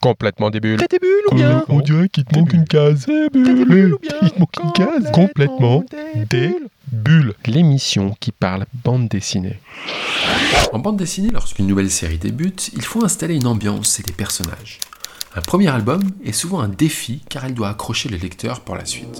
Complètement des bulles. T'as des bulles ou bien On dirait qu'il te manque une case. T'as des bulles ou bien Il te manque une case. Complètement des bulles. L'émission qui parle bande dessinée. En bande dessinée, lorsqu'une nouvelle série débute, il faut installer une ambiance et des personnages. Un premier album est souvent un défi car elle doit accrocher le lecteur pour la suite.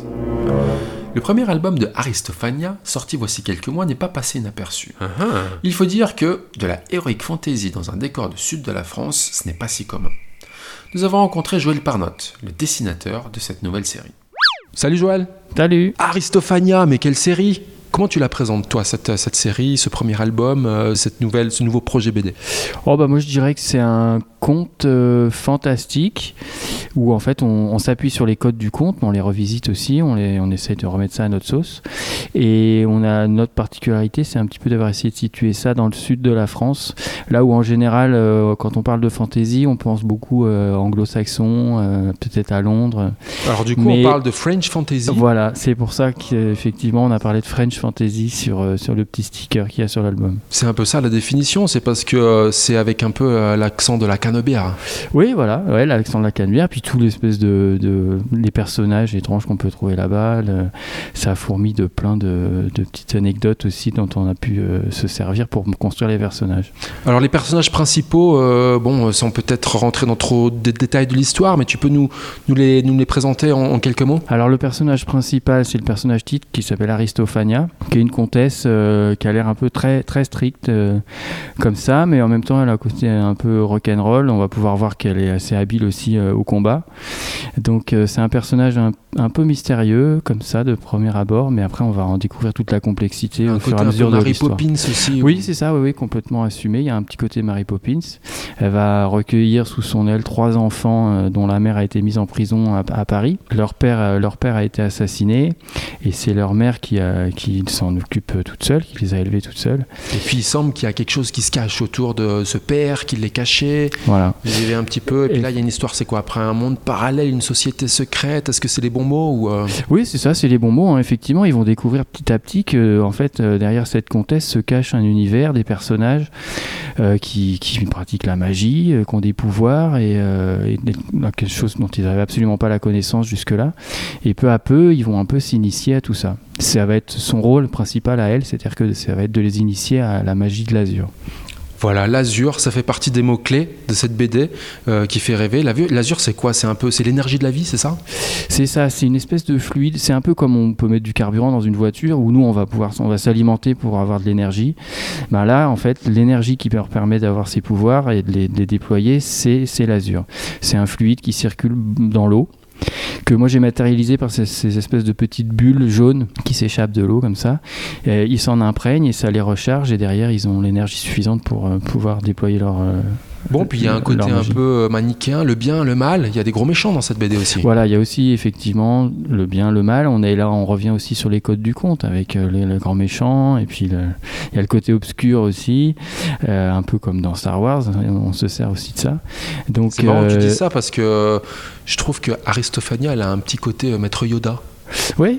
Le premier album de Aristophania, sorti voici quelques mois, n'est pas passé inaperçu. Il faut dire que de la heroic fantasy dans un décor du sud de la France, ce n'est pas si commun. Nous avons rencontré Joël Parnotte, le dessinateur de cette nouvelle série. Salut Joël. Salut. Aristophania, mais quelle série ? Comment tu la présentes, toi, cette série, ce premier album, ce nouveau projet BD ? Moi je dirais que c'est un conte fantastique où en fait on s'appuie sur les codes du conte, mais on les revisite aussi, on essaie de remettre ça à notre sauce. Et on a notre particularité, c'est un petit peu d'avoir essayé de situer ça dans le sud de la France, là où en général quand on parle de fantasy, on pense beaucoup anglo-saxon, peut-être à Londres. Alors du coup on parle de French fantasy. Voilà, c'est pour ça qu'effectivement on a parlé de French fantasy sur le petit sticker qu'il y a sur l'album. C'est un peu ça la définition, c'est parce que c'est avec un peu l'accent de la cannebière. Oui, voilà, ouais, l'accent de la cannebière, puis tout l'espèce de les personnages étranges qu'on peut trouver là-bas, ça fourmille de plein de petites anecdotes aussi dont on a pu se servir pour construire les personnages. Alors les personnages principaux, sans peut-être rentrer dans trop de détails de l'histoire, mais tu peux nous les présenter en quelques mots ? Alors le personnage principal, c'est le personnage titre qui s'appelle Aristophania, qui est une comtesse qui a l'air un peu très, très stricte comme ça, mais en même temps elle a un côté un peu rock'n'roll. On va pouvoir voir qu'elle est assez habile aussi au combat. Donc c'est un personnage un peu mystérieux comme ça de premier abord, mais après on va en découvrir toute la complexité au fur et à mesure de l'histoire. Mary Poppins aussi. Oui, c'est ça, oui, complètement assumé. Il y a un petit côté Mary Poppins. Elle va recueillir sous son aile 3 enfants dont la mère a été mise en prison à Paris. Leur père a été assassiné et c'est leur mère qui s'en occupe toute seule, qui les a élevés toute seule. Et puis il semble qu'il y a quelque chose qui se cache autour de ce père, qui l'est caché. Voilà. Vous vivez un petit peu, et puis là il y a une histoire, c'est quoi ? Après un monde parallèle, une société secrète, est-ce que c'est les bons mots ou Oui, c'est ça, c'est les bons mots, hein. Effectivement, ils vont découvrir petit à petit que en fait, derrière cette comtesse se cache un univers, des personnages qui pratiquent la magie, qui ont des pouvoirs et quelque chose dont ils n'avaient absolument pas la connaissance jusque-là. Et peu à peu, ils vont un peu s'initier à tout ça. Ça va être son rôle principal à elle, c'est-à-dire que ça va être de les initier à la magie de l'azur. Voilà, l'azur, ça fait partie des mots-clés de cette BD qui fait rêver. L'azur, c'est quoi ? C'est l'énergie de la vie, c'est ça ? C'est ça, c'est une espèce de fluide. C'est un peu comme on peut mettre du carburant dans une voiture où nous, on va s'alimenter pour avoir de l'énergie. Là, en fait, l'énergie qui leur permet d'avoir ces pouvoirs et de les déployer, c'est l'azur. C'est un fluide qui circule dans l'eau, que moi j'ai matérialisé par ces espèces de petites bulles jaunes qui s'échappent de l'eau comme ça. Ils s'en imprègnent et ça les recharge et derrière ils ont l'énergie suffisante pour pouvoir déployer leur... Puis il y a un côté un peu manichéen, le bien, le mal, il y a des gros méchants dans cette BD aussi. Voilà, il y a aussi effectivement le bien, le mal, on revient aussi sur les codes du conte avec le grand méchant et puis il y a le côté obscur aussi, un peu comme dans Star Wars, on se sert aussi de ça. Donc, c'est marrant que tu dis ça parce que je trouve que Aristophania elle a un petit côté maître Yoda. Oui.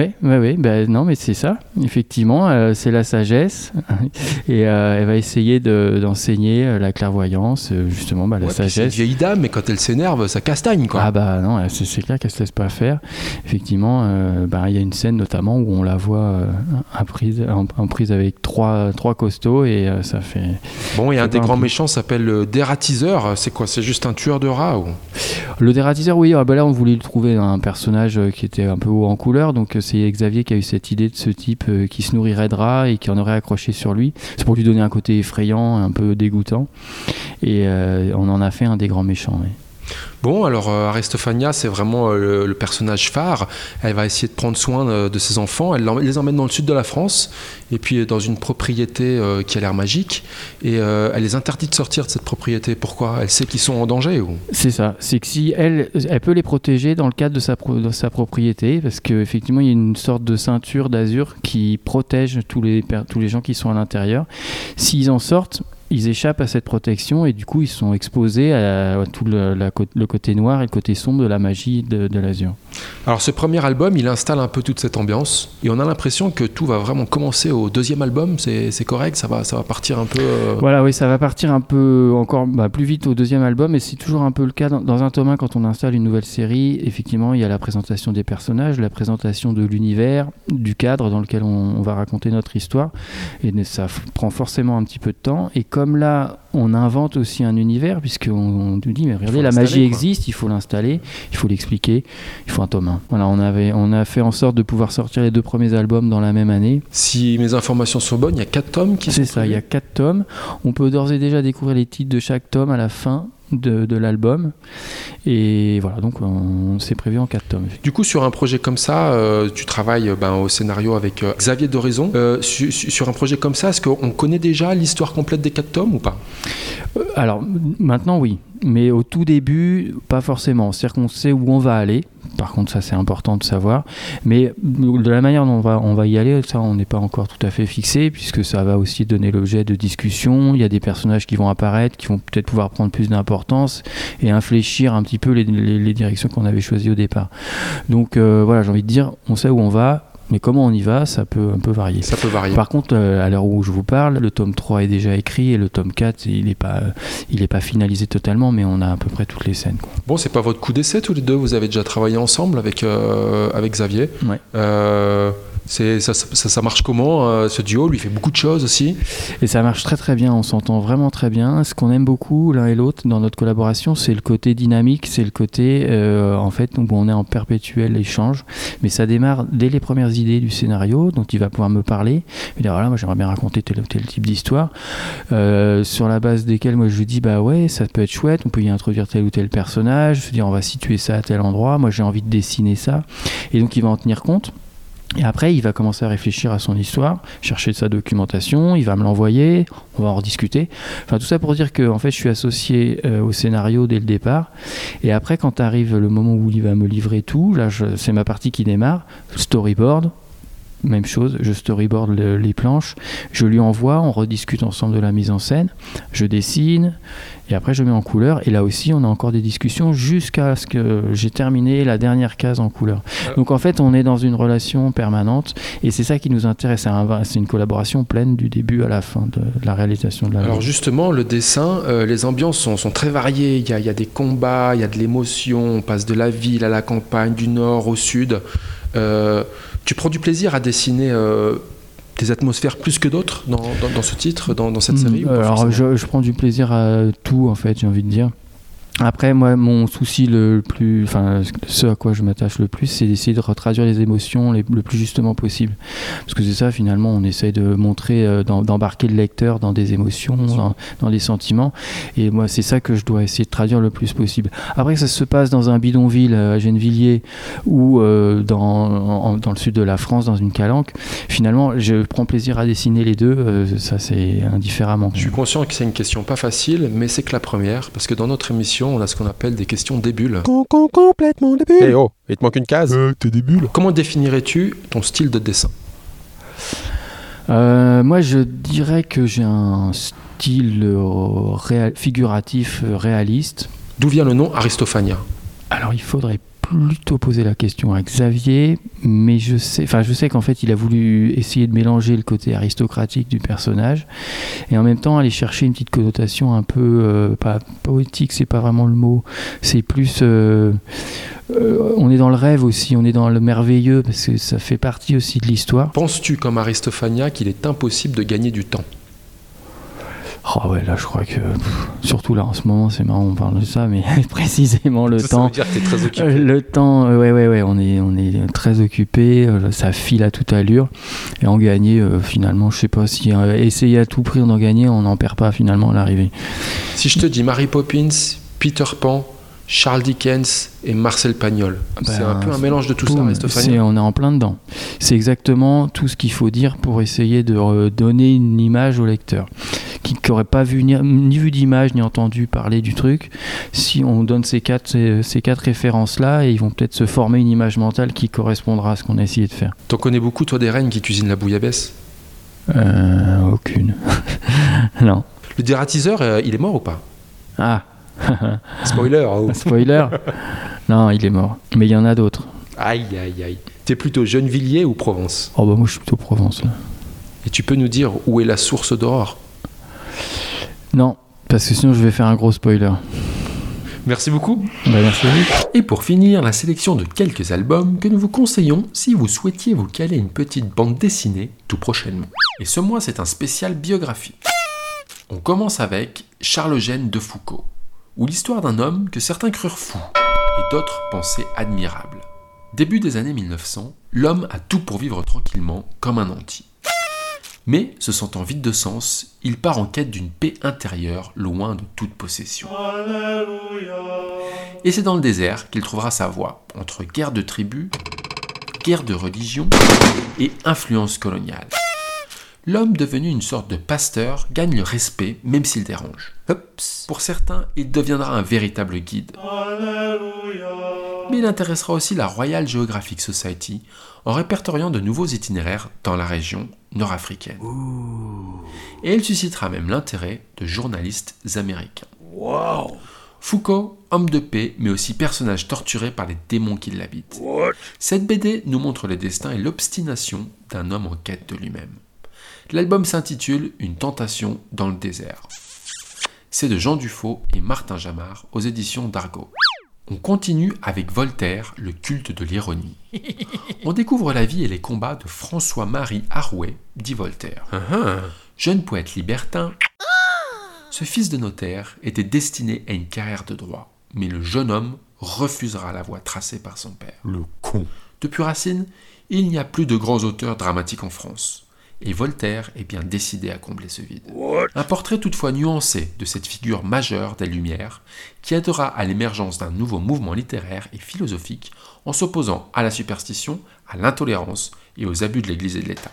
Non, mais c'est ça, effectivement, c'est la sagesse et elle va essayer d'enseigner la clairvoyance, justement, la sagesse. C'est une vieille dame, mais quand elle s'énerve, ça castagne, quoi. Non, c'est clair qu'elle se laisse pas faire. Effectivement, il y a une scène notamment où on la voit en prise avec trois costauds et ça fait... Bon, il y a un des grands méchants s'appelle le dératiseur. C'est quoi ? C'est juste un tueur de rats ou... Le dératiseur, oui. Là, on voulait trouver un personnage qui était un peu haut en couleur, donc c'est Xavier qui a eu cette idée de ce type qui se nourrirait de rats et qui en aurait accroché sur lui. C'est pour lui donner un côté effrayant, un peu dégoûtant. Et on en a fait un des grands méchants, oui. Bon, alors Aristophania, c'est vraiment le personnage phare. Elle va essayer de prendre soin de ses enfants. Elle les emmène dans le sud de la France, et puis dans une propriété qui a l'air magique. Et elle les interdit de sortir de cette propriété. Pourquoi ? Elle sait qu'ils sont en danger ou... C'est ça. C'est que si elle peut les protéger dans le cadre de sa propriété, parce qu'effectivement, il y a une sorte de ceinture d'azur qui protège tous les gens qui sont à l'intérieur. S'ils en sortent, ils échappent à cette protection et du coup ils sont exposés à tout le côté noir et le côté sombre de la magie de l'azur. Alors ce premier album, il installe un peu toute cette ambiance et on a l'impression que tout va vraiment commencer au deuxième album, c'est correct, ça va partir un peu... Voilà, oui, ça va partir un peu encore plus vite au deuxième album, et c'est toujours un peu le cas dans un tome 1 quand on installe une nouvelle série. Effectivement, il y a la présentation des personnages, la présentation de l'univers, du cadre dans lequel on va raconter notre histoire, et ça prend forcément un petit peu de temps. Et comme là, on invente aussi un univers, puisqu'on nous dit, mais regardez, la magie existe, il faut l'installer, il faut l'expliquer, il faut un tome 1. Voilà, on a fait en sorte de pouvoir sortir les 2 premiers albums dans la même année. Si mes informations sont bonnes, il y a 4 tomes qui sont... C'est ça, il y a 4 tomes. On peut d'ores et déjà découvrir les titres de chaque tome à la fin de l'album. Et voilà, donc c'est prévu en 4 tomes. Du coup, sur un projet comme ça, tu travailles au scénario avec Xavier Doraison. Sur un projet comme ça, est-ce qu'on connaît déjà l'histoire complète des 4 tomes ou pas ? Alors, maintenant, oui. Mais au tout début, pas forcément. C'est-à-dire qu'on sait où on va aller. Par contre, ça, c'est important de savoir. Mais de la manière dont on va y aller, ça, on n'est pas encore tout à fait fixé, puisque ça va aussi donner l'objet de discussion. Il y a des personnages qui vont apparaître, qui vont peut-être pouvoir prendre plus d'importance et infléchir un petit peu les directions qu'on avait choisies au départ. Donc, voilà, j'ai envie de dire, on sait où on va. Mais comment on y va, ça peut un peu varier. Ça peut varier. Par contre, à l'heure où je vous parle, le tome 3 est déjà écrit et le tome 4, il n'est pas finalisé totalement, mais on a à peu près toutes les scènes, quoi. Bon, c'est pas votre coup d'essai tous les deux, vous avez déjà travaillé ensemble avec Xavier. Ouais. Ça marche comment, ce duo ? Lui fait beaucoup de choses aussi. Et ça marche très très bien, on s'entend vraiment très bien. Ce qu'on aime beaucoup l'un et l'autre dans notre collaboration, c'est le côté dynamique, c'est le côté en fait où on est en perpétuel échange. Mais ça démarre dès les premières idées du scénario, dont il va pouvoir me parler. Il dire voilà, moi j'aimerais bien raconter tel ou tel type d'histoire, sur la base desquelles moi je lui dis bah ouais, ça peut être chouette, on peut y introduire tel ou tel personnage, se dire on va situer ça à tel endroit, moi j'ai envie de dessiner ça. Et donc il va en tenir compte. Et après, il va commencer à réfléchir à son histoire, chercher de sa documentation, il va me l'envoyer, on va en rediscuter. Enfin, tout ça pour dire que en fait, je suis associé au scénario dès le départ. Et après, quand arrive le moment où il va me livrer tout, là, c'est ma partie qui démarre, storyboard. Même chose, je storyboard les planches, je lui envoie, on rediscute ensemble de la mise en scène, je dessine, et après je mets en couleur. Et là aussi, on a encore des discussions jusqu'à ce que j'ai terminé la dernière case en couleur. Donc en fait, on est dans une relation permanente, et c'est ça qui nous intéresse. C'est une collaboration pleine du début à la fin de la réalisation de la... Alors justement, le dessin, les ambiances sont très variées. Il y a des combats, il y a de l'émotion, on passe de la ville à la campagne, du nord au sud. Tu prends du plaisir à dessiner des atmosphères plus que d'autres dans ce titre, dans cette série ou pas? Alors je prends du plaisir à tout en fait, j'ai envie de dire. Après, moi, mon souci ce à quoi je m'attache le plus, c'est d'essayer de retraduire les émotions le plus justement possible. Parce que c'est ça, finalement, on essaye de montrer, d'embarquer le lecteur dans des émotions, dans des sentiments. Et moi, c'est ça que je dois essayer de traduire le plus possible. Après, que ça se passe dans un bidonville à Gennevilliers ou dans le sud de la France, dans une calanque, finalement, je prends plaisir à dessiner les deux. Ça, c'est indifféremment. Je suis conscient que c'est une question pas facile, mais c'est que la première, parce que dans notre émission, on a ce qu'on appelle des questions débiles. Complètement débile. Eh oh, il te manque une case. T'es débile. Comment définirais-tu ton style de dessin ? Moi, je dirais que j'ai un style figuratif réaliste. D'où vient le nom Aristophania ? Alors, il faudrait plutôt poser la question à Xavier, mais je sais qu'en fait il a voulu essayer de mélanger le côté aristocratique du personnage et en même temps aller chercher une petite connotation un peu pas poétique, c'est pas vraiment le mot, c'est plus on est dans le rêve aussi, on est dans le merveilleux parce que ça fait partie aussi de l'histoire. Penses-tu comme Aristophania qu'il est impossible de gagner du temps ? Oh ouais, là je crois que surtout là en ce moment, c'est marrant on parle de ça, mais précisément le temps. Ça veut dire que t'es très occupé. Le temps, ouais, on est très occupé, ça file à toute allure et en gagner finalement, je sais pas si essayer à tout prix d'en gagner, on n'en perd pas finalement à l'arrivée. Si je te dis Mary Poppins, Peter Pan, Charles Dickens et Marcel Pagnol. C'est un peu un mélange de tout ça, Aristophania. On est en plein dedans. C'est exactement tout ce qu'il faut dire pour essayer de donner une image au lecteur qui n'aurait pas vu ni vu d'image ni entendu parler du truc. Si on donne ces quatre références-là, ils vont peut-être se former une image mentale qui correspondra à ce qu'on a essayé de faire. T'en connais beaucoup, toi, des reines qui cuisinent la bouillabaisse ? Aucune. Non. Le dératiseur, il est mort ou pas ? Ah. Spoiler. Spoiler. Non, il est mort. Mais il y en a d'autres. Aïe, aïe, aïe. T'es plutôt Gennevilliers ou Provence? Oh bah moi je suis plutôt Provence. Là. Et tu peux nous dire où est la source d'Aurore? Non, parce que sinon je vais faire un gros spoiler. Merci beaucoup. Bah merci à vous. Et pour finir, la sélection de quelques albums que nous vous conseillons si vous souhaitiez vous caler une petite bande dessinée tout prochainement. Et ce mois, c'est un spécial biographique. On commence avec Charles-Eugène de Foucauld, ou l'histoire d'un homme que certains crurent fou et d'autres pensaient admirable. Début des années 1900, l'homme a tout pour vivre tranquillement comme un anti. Mais, se sentant vide de sens, il part en quête d'une paix intérieure, loin de toute possession. Et c'est dans le désert qu'il trouvera sa voie, entre guerre de tribus, guerre de religion et influence coloniale. L'homme devenu une sorte de pasteur gagne le respect, même s'il dérange. Hops. Pour certains, il deviendra un véritable guide. Mais il intéressera aussi la Royal Geographic Society en répertoriant de nouveaux itinéraires dans la région nord-africaine. Et il suscitera même l'intérêt de journalistes américains. Foucauld, homme de paix, mais aussi personnage torturé par les démons qui l'habitent. Cette BD nous montre le destin et l'obstination d'un homme en quête de lui-même. L'album s'intitule « Une tentation dans le désert ». C'est de Jean Dufaux et Martin Jamard aux éditions d'Argo. On continue avec Voltaire, le culte de l'ironie. On découvre la vie et les combats de François-Marie Arouet, dit Voltaire. Jeune poète libertin, ce fils de notaire était destiné à une carrière de droit, mais le jeune homme refusera la voie tracée par son père. Le con. Depuis Racine, il n'y a plus de grands auteurs dramatiques en France. Et Voltaire est bien décidé à combler ce vide. Un portrait toutefois nuancé de cette figure majeure des Lumières qui aidera à l'émergence d'un nouveau mouvement littéraire et philosophique en s'opposant à la superstition, à l'intolérance et aux abus de l'Église et de l'État.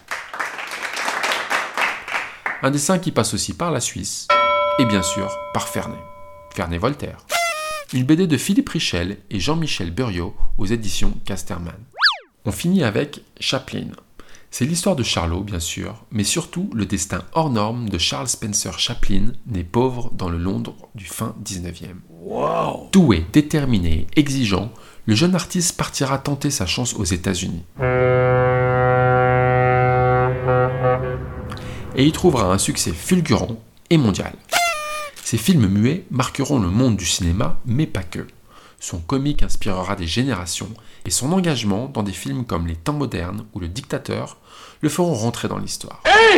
Un dessin qui passe aussi par la Suisse et bien sûr par Ferney. Ferney-Voltaire. Une BD de Philippe Richel et Jean-Michel Buriot aux éditions Casterman. On finit avec Chaplin. C'est l'histoire de Charlot, bien sûr, mais surtout le destin hors norme de Charles Spencer Chaplin, né pauvre dans le Londres du fin 19e. Wow. Doué, déterminé, exigeant, le jeune artiste partira tenter sa chance aux États-Unis. Et y trouvera un succès fulgurant et mondial. Ses films muets marqueront le monde du cinéma, mais pas que. Son comique inspirera des générations et son engagement dans des films comme Les Temps modernes ou Le Dictateur le feront rentrer dans l'histoire.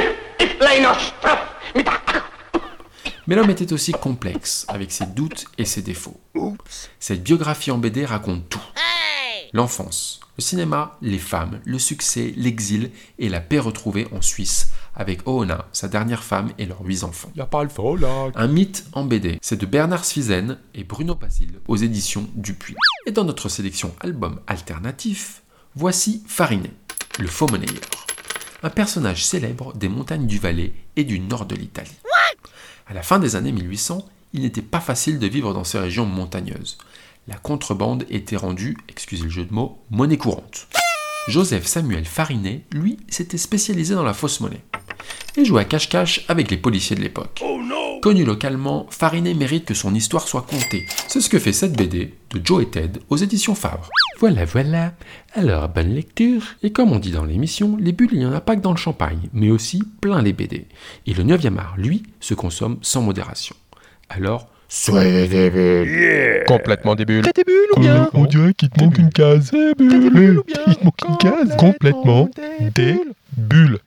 Mais l'homme était aussi complexe, avec ses doutes et ses défauts. Cette biographie en BD raconte tout. L'enfance, le cinéma, les femmes, le succès, l'exil et la paix retrouvée en Suisse avec Oona, sa dernière femme et leurs 8 enfants. Y'a pas le faux là. Un mythe en BD, c'est de Bernard Sfizen et Bruno Basile aux éditions Dupuis. Et dans notre sélection album alternatif, voici Farinet, le faux monnayeur. Un personnage célèbre des montagnes du Valais et du nord de l'Italie. À la fin des années 1800, il n'était pas facile de vivre dans ces régions montagneuses. La contrebande était rendue, excusez le jeu de mots, monnaie courante. Joseph Samuel Farinet, lui, s'était spécialisé dans la fausse monnaie et jouait à cache-cache avec les policiers de l'époque. Oh non. Connu localement, Farinet mérite que son histoire soit contée. C'est ce que fait cette BD de Joe et Ted aux éditions Fabre. Voilà. Alors, bonne lecture. Et comme on dit dans l'émission, les bulles, il n'y en a pas que dans le champagne, mais aussi plein les BD. Et le 9e art, lui, se consomme sans modération. Alors, soyez des bulles. Yeah. Complètement des bulles. T'as des bulles ou bien? On dirait qu'il te manque une case. T'as des bulles ou bien? Il te manque une case. Complètement des bulles.